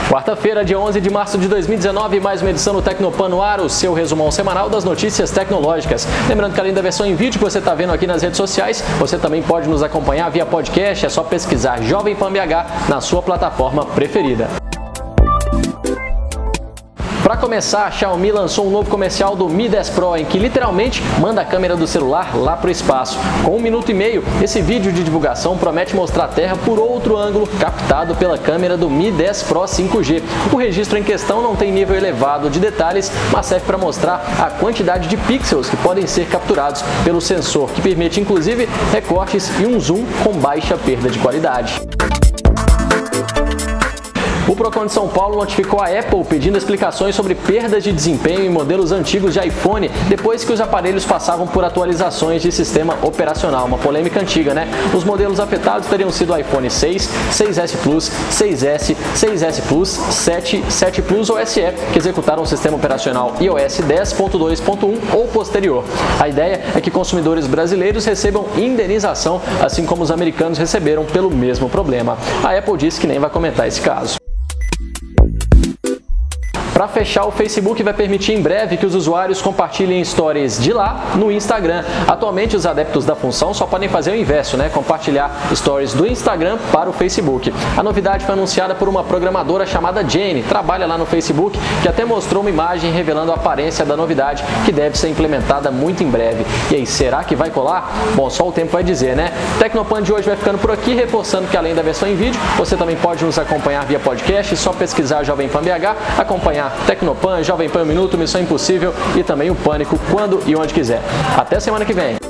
Quarta-feira, dia 11 de março de 2019, mais uma edição do Tecnopan no ar, o seu resumão semanal das notícias tecnológicas. Lembrando que além da versão em vídeo que você está vendo aqui nas redes sociais, você também pode nos acompanhar via podcast, é só pesquisar Jovem Pan BH na sua plataforma preferida. Para começar, a Xiaomi lançou um novo comercial do Mi 10 Pro, em que literalmente manda a câmera do celular lá para o espaço. Com 1 minuto e meio, esse vídeo de divulgação promete mostrar a Terra por outro ângulo, captado pela câmera do Mi 10 Pro 5G. O registro em questão não tem nível elevado de detalhes, mas serve para mostrar a quantidade de pixels que podem ser capturados pelo sensor, que permite inclusive recortes e um zoom com baixa perda de qualidade. O Procon de São Paulo notificou a Apple pedindo explicações sobre perdas de desempenho em modelos antigos de iPhone depois que os aparelhos passavam por atualizações de sistema operacional. Uma polêmica antiga, né? Os modelos afetados teriam sido o iPhone 6, 6S Plus, 6S, 6S Plus, 7, 7 Plus ou SE, que executaram o sistema operacional iOS 10.2.1 ou posterior. A ideia é que consumidores brasileiros recebam indenização, assim como os americanos receberam pelo mesmo problema. A Apple disse que nem vai comentar esse caso. Para fechar, o Facebook vai permitir em breve que os usuários compartilhem stories de lá no Instagram. Atualmente, os adeptos da função só podem fazer o inverso, né? Compartilhar stories do Instagram para o Facebook. A novidade foi anunciada por uma programadora chamada Jane, trabalha lá no Facebook, que até mostrou uma imagem revelando a aparência da novidade, que deve ser implementada muito em breve. E aí, será que vai colar? Bom, só o tempo vai dizer, né? O Tecnopan de hoje vai ficando por aqui, reforçando que além da versão em vídeo, você também pode nos acompanhar via podcast, só pesquisar Jovem Pan BH, acompanhar Tecnopan, Jovem Pan 1 Minuto, Missão Impossível e também o Pânico quando e onde quiser. Até semana que vem!